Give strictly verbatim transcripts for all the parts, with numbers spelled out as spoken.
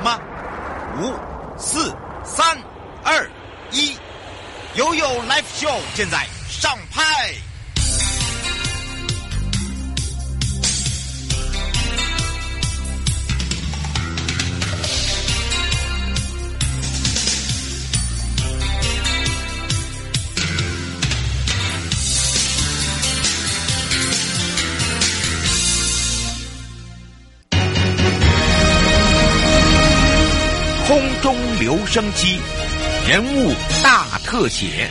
吗？五、四、三、二、一，悠悠 Live Show 现在上拍。空中留声机，人物大特写。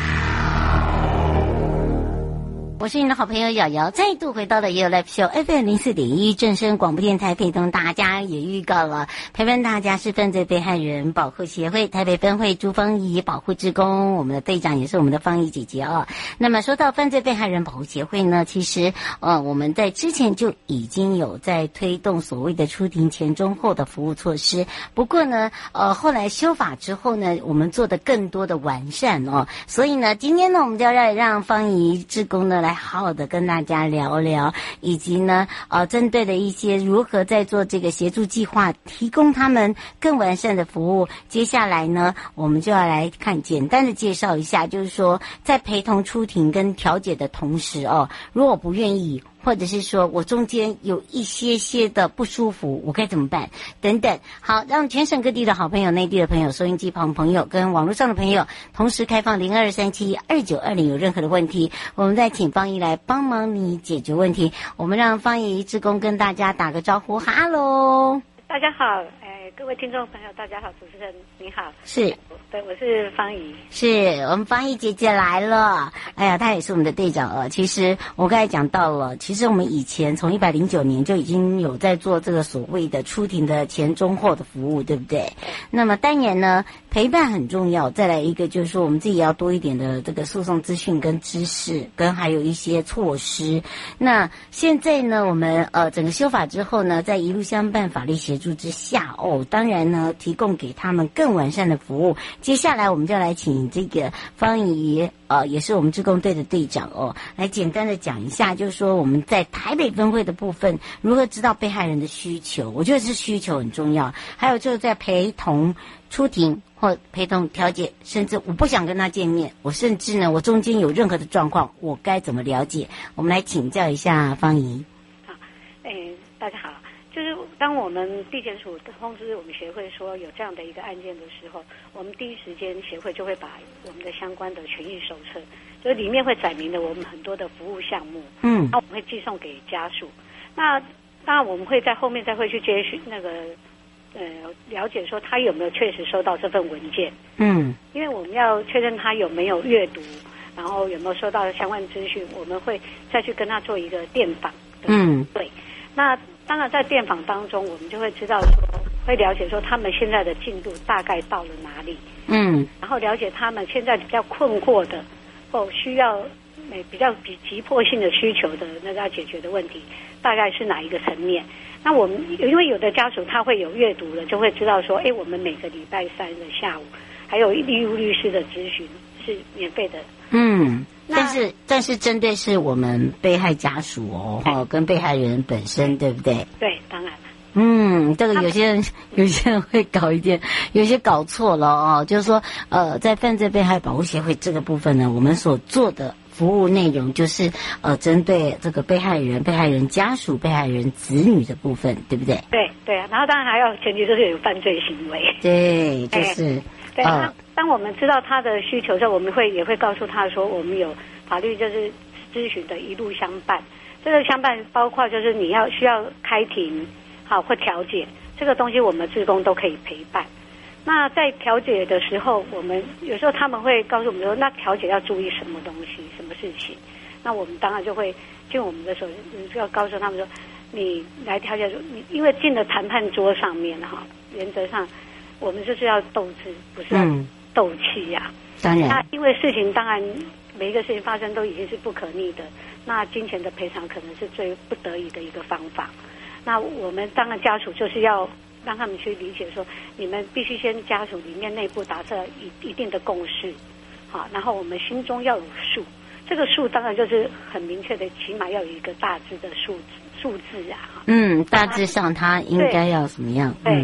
我是你的好朋友瑶瑶，再度回到了也有 Live Show F M 零四点一正声广播电台，陪同大家也预告了，陪伴大家是犯罪被害人保护协会台北分会朱芳仪保护志工，我们的队长也是我们的芳仪姐姐哦。那么说到犯罪被害人保护协会呢，其实呃我们在之前就已经有在推动所谓的出庭前中后的服务措施，不过呢呃后来修法之后呢，我们做的更多的完善哦，所以呢今天呢我们就要让让芳仪志工呢来好好的跟大家聊聊，以及呢呃针对的一些如何在做这个协助计划，提供他们更完善的服务。接下来呢我们就要来看简单的介绍一下，就是说在陪同出庭跟调解的同时哦，如果不愿意，或者是说我中间有一些些的不舒服，我该怎么办等等。好，让全省各地的好朋友、内地的朋友、收音机旁朋友跟网络上的朋友同时开放零二三七二九二零，有任何的问题我们再请芳仪来帮忙你解决问题。我们让芳仪志工跟大家打个招呼。哈喽， 大家好，哎，各位听众朋友大家好，主持人你好。 是， 对，我是芳仪。 是我们芳仪姐姐来了，哎呀，她也是我们的队长呃。其实我刚才讲到了，其实我们以前从一百零九年就已经有在做这个所谓的出庭的前中后的服务，对不对？那么当然呢，陪伴很重要，再来一个就是说我们自己也要多一点的这个诉讼资讯跟知识，跟还有一些措施。那现在呢，我们呃整个修法之后呢，在一路相伴法律协助之下哦，当然呢提供给他们更完善的服务。接下来我们就来请这个芳仪呃也是我们志工队的队长哦，来简单的讲一下，就是说我们在台北分会的部分如何知道被害人的需求，我觉得是需求很重要。还有就是在陪同出庭或陪同调解，甚至我不想跟他见面，我甚至呢我中间有任何的状况，我该怎么了解？我们来请教一下芳仪。 好，哎，大家好。就是当我们地检署通知我们协会说有这样的一个案件的时候，我们第一时间协会就会把我们的相关的权益手册，就是里面会载明了我们很多的服务项目，嗯，那我们会寄送给家属。那当然我们会在后面再会去接续那个呃了解说他有没有确实收到这份文件，嗯，因为我们要确认他有没有阅读，然后有没有收到相关资讯，我们会再去跟他做一个电访，嗯，对，那。当然，在电访当中，我们就会知道说，会了解说他们现在的进度大概到了哪里，嗯，然后了解他们现在比较困惑的，或需要比较比急迫性的需求的那个要解决的问题，大概是哪一个层面？那我们因为有的家属他会有阅读的，就会知道说，哎，我们每个礼拜三的下午还有义务律师的咨询是免费的，嗯。 但是，但是针对是我们被害家属哦，哈，跟被害人本身，对不对？ 对，当然了。 嗯，这个有些人有些人会搞一点，有些搞错了哦。就是说，呃，在犯罪被害保护协会这个部分呢，我们所做的服务内容就是呃，针对这个被害人、被害人家属、被害人子女的部分，对不对？ 对对啊，然后当然还要前提就是有犯罪行为。 对，就是。欸对，呃、当我们知道他的需求之后，我们会也会告诉他说，我们有法律就是咨询的一路相伴。这个相伴包括就是你要需要开庭，好或调解，这个东西我们志工都可以陪伴。那在调解的时候，我们有时候他们会告诉我们说，那调解要注意什么东西、什么事情？那我们当然就会尽我们的手，就要告诉他们说，你来调解，你因为进了谈判桌上面哈，原则上。我们就是要斗智，不是要斗气呀、啊嗯。 当然， 那因为事情当然每一个事情发生都已经是不可逆的，那金钱的赔偿可能是最不得已的一个方法。那我们当然家属就是要让他们去理解说，你们必须先家属里面内部达成一一定的共识，好，然后我们心中要有数。这个数当然就是很明确的，起码要有一个大致的数字数字啊。 嗯，大致上它应该要怎么样？ 对。 嗯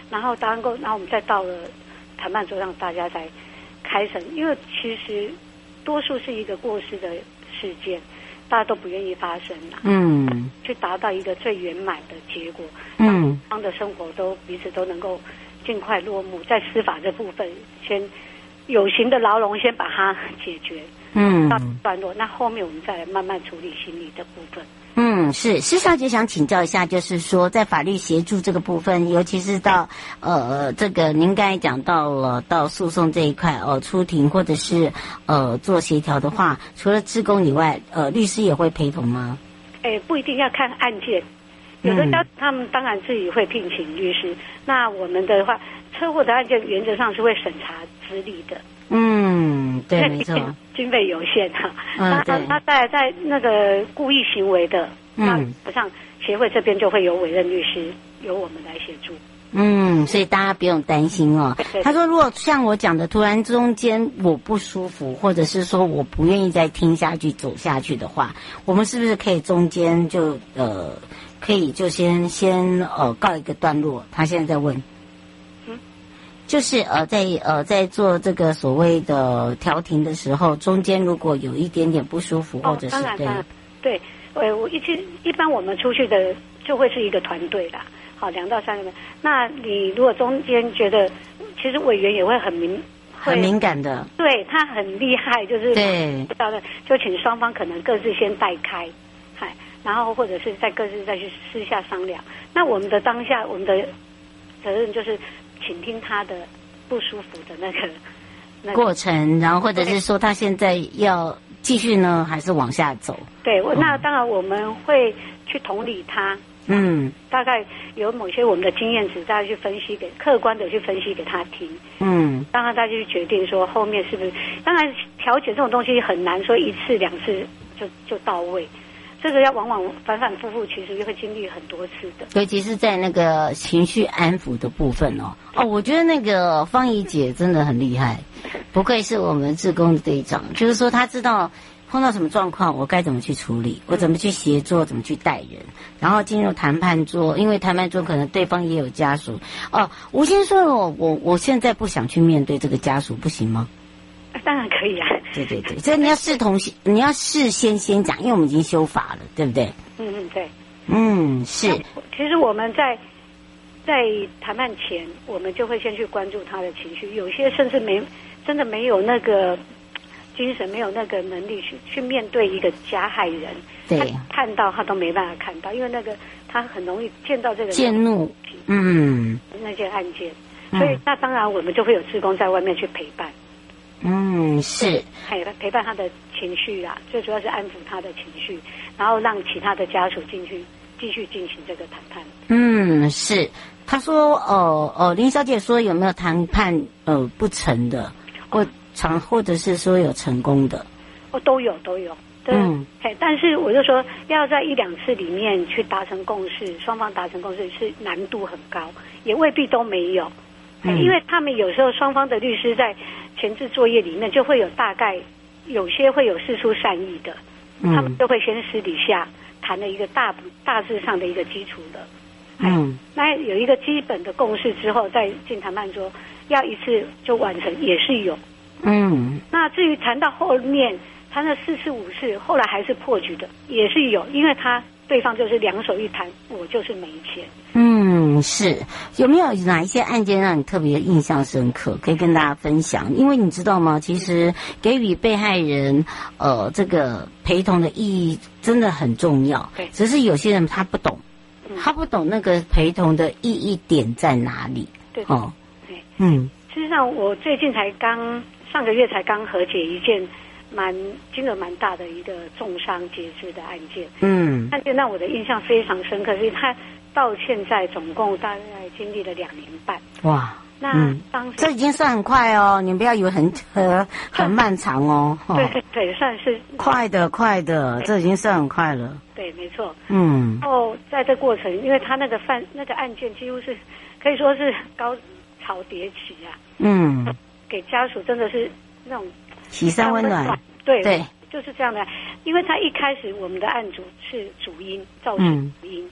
然后答案过，然后我们再到了谈判桌上，大家才开审。因为其实多数是一个过失的事件，大家都不愿意发生啦。嗯，去达到一个最圆满的结果，嗯，方的生活都彼此都能够尽快落幕。在司法这部分，先有形的牢笼先把它解决，嗯，到段落，那后面我们再来慢慢处理心理的部分。 嗯，是施小姐想请教一下，就是说在法律协助这个部分，尤其是到呃这个您刚才讲到了到诉讼这一块，呃出庭或者是呃做协调的话，除了志工以外，呃律师也会陪同吗？ 哎，不一定，要看案件。有的家他们当然自己会聘请律师，嗯、那我们的话，车祸的案件原则上是会审查资历的。嗯， 对，没错， 经费有限哈。嗯，对。那在在那个故意行为的，嗯，那像协会这边就会有委任律师，由我们来协助。 嗯，所以大家不用担心哦。他说，如果像我讲的，突然中间我不舒服，或者是说我不愿意再听下去、走下去的话，我们是不是可以中间就呃，可以就先先呃告一个段落？他现在在问。就是呃，在呃在做这个所谓的调停的时候，中间如果有一点点不舒服，或者是、 哦、当然当然对，呃，我一其一般我们出去的就会是一个团队啦，好，两到三个人。那你如果中间觉得，其实委员也会很敏很敏感的， 对他很厉害，就是对， 就请双方可能各自先带开，嗨，然后或者是再各自再去私下商量。那我们的当下，我们的责任就是。倾听他的不舒服的那个、那个、 过程，然后或者是说他现在要继续呢，还是往下走？ 对，我、嗯、那当然我们会去同理他，嗯，大概有某些我们的经验值，大家去分析给客观的去分析给他听，嗯，让他再去决定说后面是不是。当然调解这种东西很难说一次两次就就到位。这个要往往反反复复，其实会经历很多次的， 尤其是在那个情绪安抚的部分哦。哦，我觉得那个方怡姐真的很厉害，不愧是我们志工的队长。就是说，她知道碰到什么状况，我该怎么去处理，我怎么去协作，怎么去带人，然后进入谈判桌。因为谈判桌可能对方也有家属。哦，吴先说我我我现在不想去面对这个家属，不行吗？ 当然可以啊。 对对对，所以你要视同你要事先先讲，因为我们已经修法了，对不对？ 嗯嗯，对。 嗯，是。 其实我们在在谈判前，我们就会先去关注他的情绪，有些甚至没真的没有那个精神，没有那个能力去去面对一个加害人。对。他看到他都没办法看到，因为那个他很容易见到这个见怒。嗯。 那件案件，所以、嗯、那当然我们就会有志工在外面去陪伴。 嗯，是陪陪伴他的情绪啊，最主要是安抚他的情绪，然后让其他的家属进去继续进行这个谈判。嗯， 是。他说，呃呃，林小姐说有没有谈判呃不成的，或成或者是说有成功的？ 哦，都有都有。嗯，但是我就说要在一两次里面去达成共识，双方达成共识是难度很高，也未必都没有。嗯、因为他们有时候双方的律师在前置作业里面就会有大概有些会有释出善意的，嗯、他们就会先私底下谈了一个大大致上的一个基础的，嗯，那有一个基本的共识之后再进谈判桌，要一次就完成也是有，嗯，那至于谈到后面谈了四次五次，后来还是破局的也是有，因为他对方就是两手一摊，我就是没钱。 嗯，是。有没有哪一些案件让你特别印象深刻，可以跟大家分享？因为你知道吗？其实给予被害人呃这个陪同的意义真的很重要。对。只是有些人他不懂，嗯、他不懂那个陪同的意义点在哪里。 对。哦。对。嗯。事实上，我最近才刚上个月才刚和解一件蛮金额蛮大的一个重伤截肢的案件。嗯。案件让我的印象非常深刻，所以他到现在总共大概经历了两年半。哇，那、嗯、当时这已经算很快哦，你不要以为很很很漫长哦。 对对，算是快的快的，这已经算很快了。 对，没错。嗯。然后在这过程，因为他那个犯那个案件几乎是可以说是高潮迭起啊。嗯。给家属真的是那种喜善温暖。 对对，就是这样的。因为他一开始我们的案主是主因，肇事主因。嗯，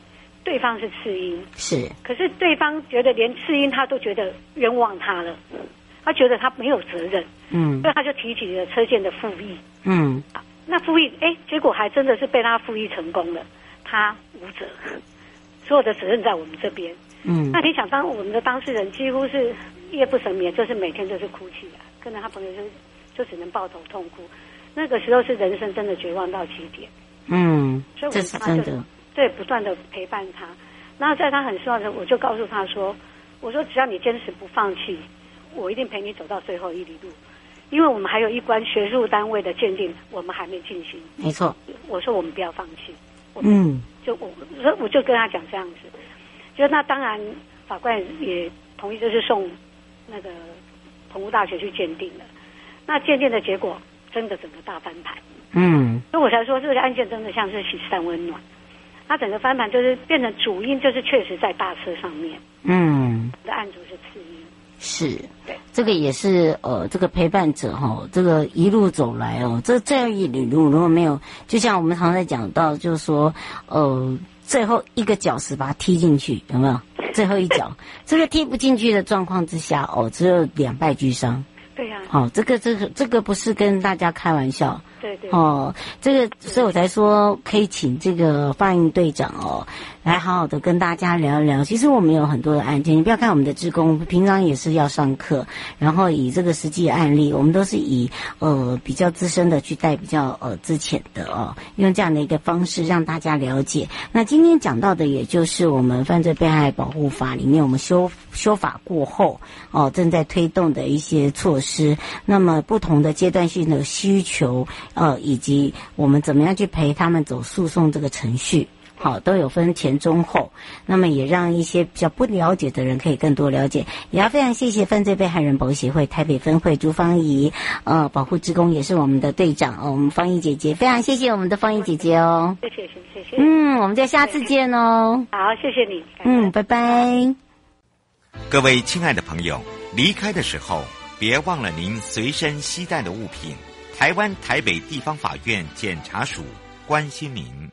对方是次因， 是， 可是对方觉得连次因他都觉得冤枉他了，他觉得他没有责任， 嗯， 所以他就提起了车件的复议， 嗯， 那复议，哎，结果还真的是被他复议成功了，他无责，所有的责任在我们这边， 嗯， 那你想，当我们的当事人几乎是夜不成眠，就是每天都是哭泣啊，跟着他朋友就就只能抱头痛哭，那个时候是人生真的绝望到极点， 嗯， 所以我这是真的， 对，不断的陪伴他，然后在他很失望的时候，我就告诉他说，我说只要你坚持不放弃，我一定陪你走到最后一里路。因为我们还有一关学术单位的鉴定，我们还没进行。 没错， 我说我们不要放弃。 嗯， 就我，我我就跟他讲这样子，就那当然法官也同意，就是送那个澎湖大学去鉴定了。那鉴定的结果真的整个大翻盘。 嗯， 所以我才说这个案件真的像是喜散温暖。它整个翻盘就是变成主因，就是确实在大车上面。嗯，的案主是次因。 是，这个也是呃，这个陪伴者哈、哦，这个一路走来哦，这这样一里路如果没有，就像我们常常在讲到，就是说呃，最后一个脚趾把它踢进去，有没有？最后一脚，这个踢不进去的状况之下，哦，只有两败俱伤。 对呀、啊。 好、哦，这个这个这个不是跟大家开玩笑。 对对。 哦，这个，所以我才说可以请这个放映队长哦，来好好的跟大家聊一聊。其实我们有很多的案件，你不要看我们的志工，平常也是要上课，然后以这个实际案例，我们都是以呃比较资深的去带比较呃资浅的哦，用这样的一个方式让大家了解。那今天讲到的，也就是我们犯罪被害保护法里面我们修修法过后哦，正在推动的一些措施。那么不同的阶段性的需求。呃，以及我们怎么样去陪他们走诉讼这个程序，好，都有分前中后。那么也让一些比较不了解的人可以更多了解。也要非常谢谢犯罪被害人保护协会台北分会朱芳仪，呃，保护志工也是我们的队长哦，我们芳仪姐姐，非常谢谢我们的芳仪姐姐哦。 谢谢谢谢。 嗯，我们就下次见哦。 好，谢谢你。 嗯，拜拜。 各位亲爱的朋友，离开的时候别忘了您随身携带的物品。台湾台北地方法院检察署关心您。